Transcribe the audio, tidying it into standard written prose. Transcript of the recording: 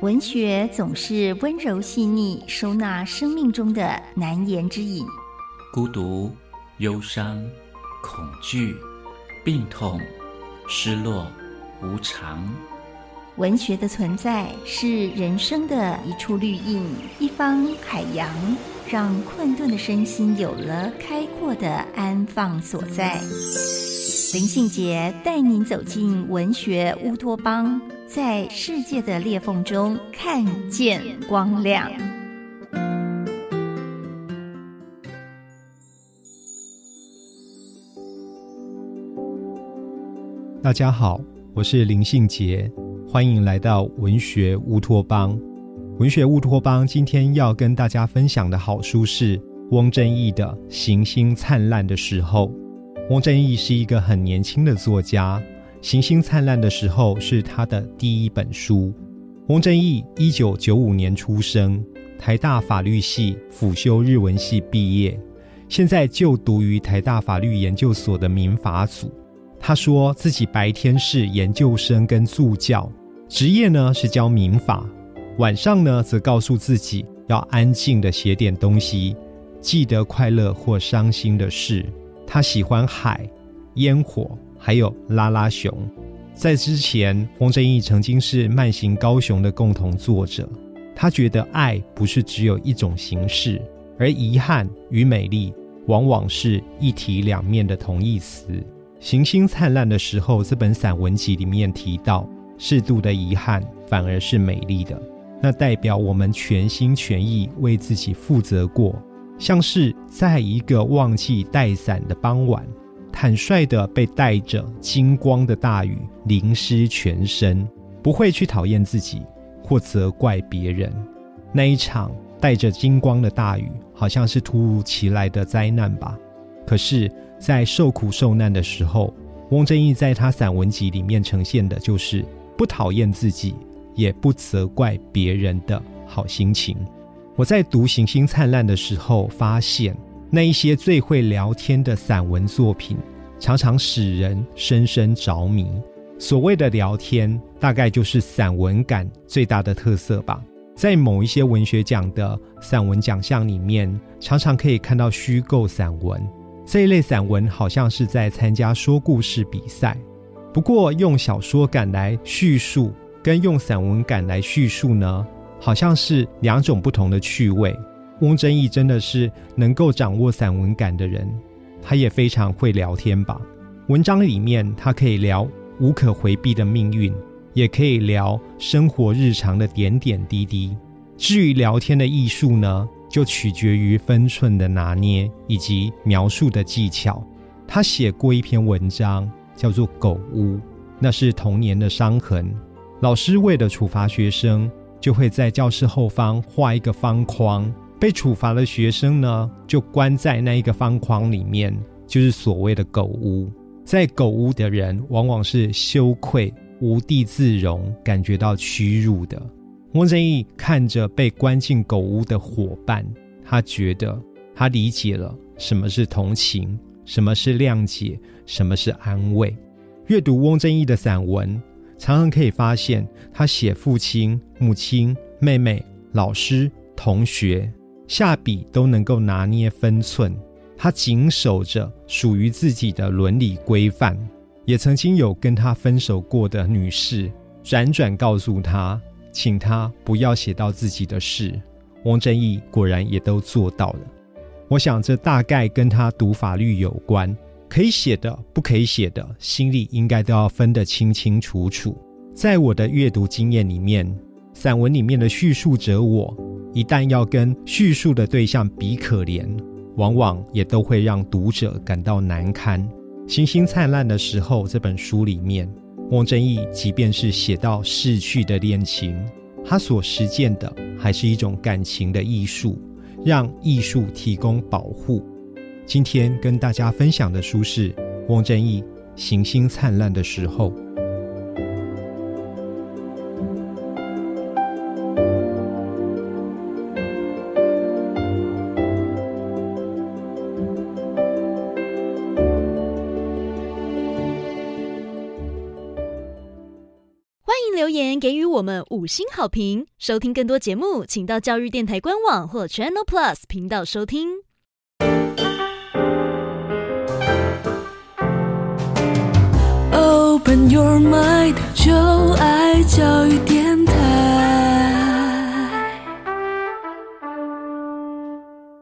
文学总是温柔细腻，收纳生命中的难言之隐。 孤独、忧伤、恐惧、病痛、失落、无常。 文学的存在是人生的一处绿荫，一方海洋，让困顿的身心有了开阔的安放所在。林信杰带您走进文学乌托邦，在世界的裂缝中看见光亮。 大家好，我是林信杰，欢迎来到文学乌托邦。文学乌托邦今天要跟大家分享的好书是翁正义的《行星灿烂的时候》。翁正义是一个很年轻的作家，《行星灿烂的时候》是他的第一本书。翁正义1995年出生，台大法律系辅修日文系毕业，现在就读于台大法律研究所的民法组。他说自己白天是研究生跟助教，职业呢是教民法，晚上呢则告诉自己要安静的写点东西，记得快乐或伤心的事。他喜欢海、烟火还有拉拉熊。在之前，翁正义曾经是慢行高雄的共同作者。他觉得爱不是只有一种形式，而遗憾与美丽往往是一体两面的同义词。行星灿烂的时候，这本散文集里面提到，适度的遗憾反而是美丽的，那代表我们全心全意为自己负责过，像是在一个忘记带伞的傍晚，坦率地被带着金光的大雨淋湿全身，不会去讨厌自己或责怪别人。那一场带着金光的大雨好像是突如其来的灾难吧，可是在受苦受难的时候，翁正义在他散文集里面呈现的就是不讨厌自己也不责怪别人的好心情。我在读《行星灿烂的时候》发现，那一些最会聊天的散文作品常常使人深深着迷。所谓的聊天，大概就是散文感最大的特色吧。在某一些文学奖的散文奖项里面，常常可以看到虚构散文，这一类散文好像是在参加说故事比赛。不过用小说感来叙述跟用散文感来叙述呢，好像是两种不同的趣味。翁正义真的是能够掌握散文感的人，他也非常会聊天吧。文章里面他可以聊无可回避的命运，也可以聊生活日常的点点滴滴。至于聊天的艺术呢，就取决于分寸的拿捏以及描述的技巧。他写过一篇文章叫做《狗屋》，那是童年的伤痕。老师为了处罚学生，就会在教室后方画一个方框，被处罚的学生呢，就关在那一个方框里面，就是所谓的狗屋。在狗屋的人往往是羞愧、无地自容，感觉到屈辱的。翁正义看着被关进狗屋的伙伴，他觉得他理解了什么是同情，什么是谅解，什么是安慰。阅读翁正义的散文，常常可以发现他写父亲、母亲、妹妹、老师、同学，下笔都能够拿捏分寸。他谨守着属于自己的伦理规范。也曾经有跟他分手过的女士辗转告诉他，请他不要写到自己的事。翁正义果然也都做到了。我想这大概跟他读法律有关，可以写的不可以写的，心里应该都要分得清清楚楚。在我的阅读经验里面，散文里面的叙述者我，一旦要跟叙述的对象比可怜，往往也都会让读者感到难堪。行星灿烂的时候这本书里面，翁正义即便是写到逝去的恋情，他所实践的还是一种感情的艺术，让艺术提供保护。今天跟大家分享的书是翁正义《行星灿烂的时候》。 迎留言给予我们5星好评。收听更多节目，请到教育电台官网或 Channel Plus 频道收听。 Open your mind， 就爱教育电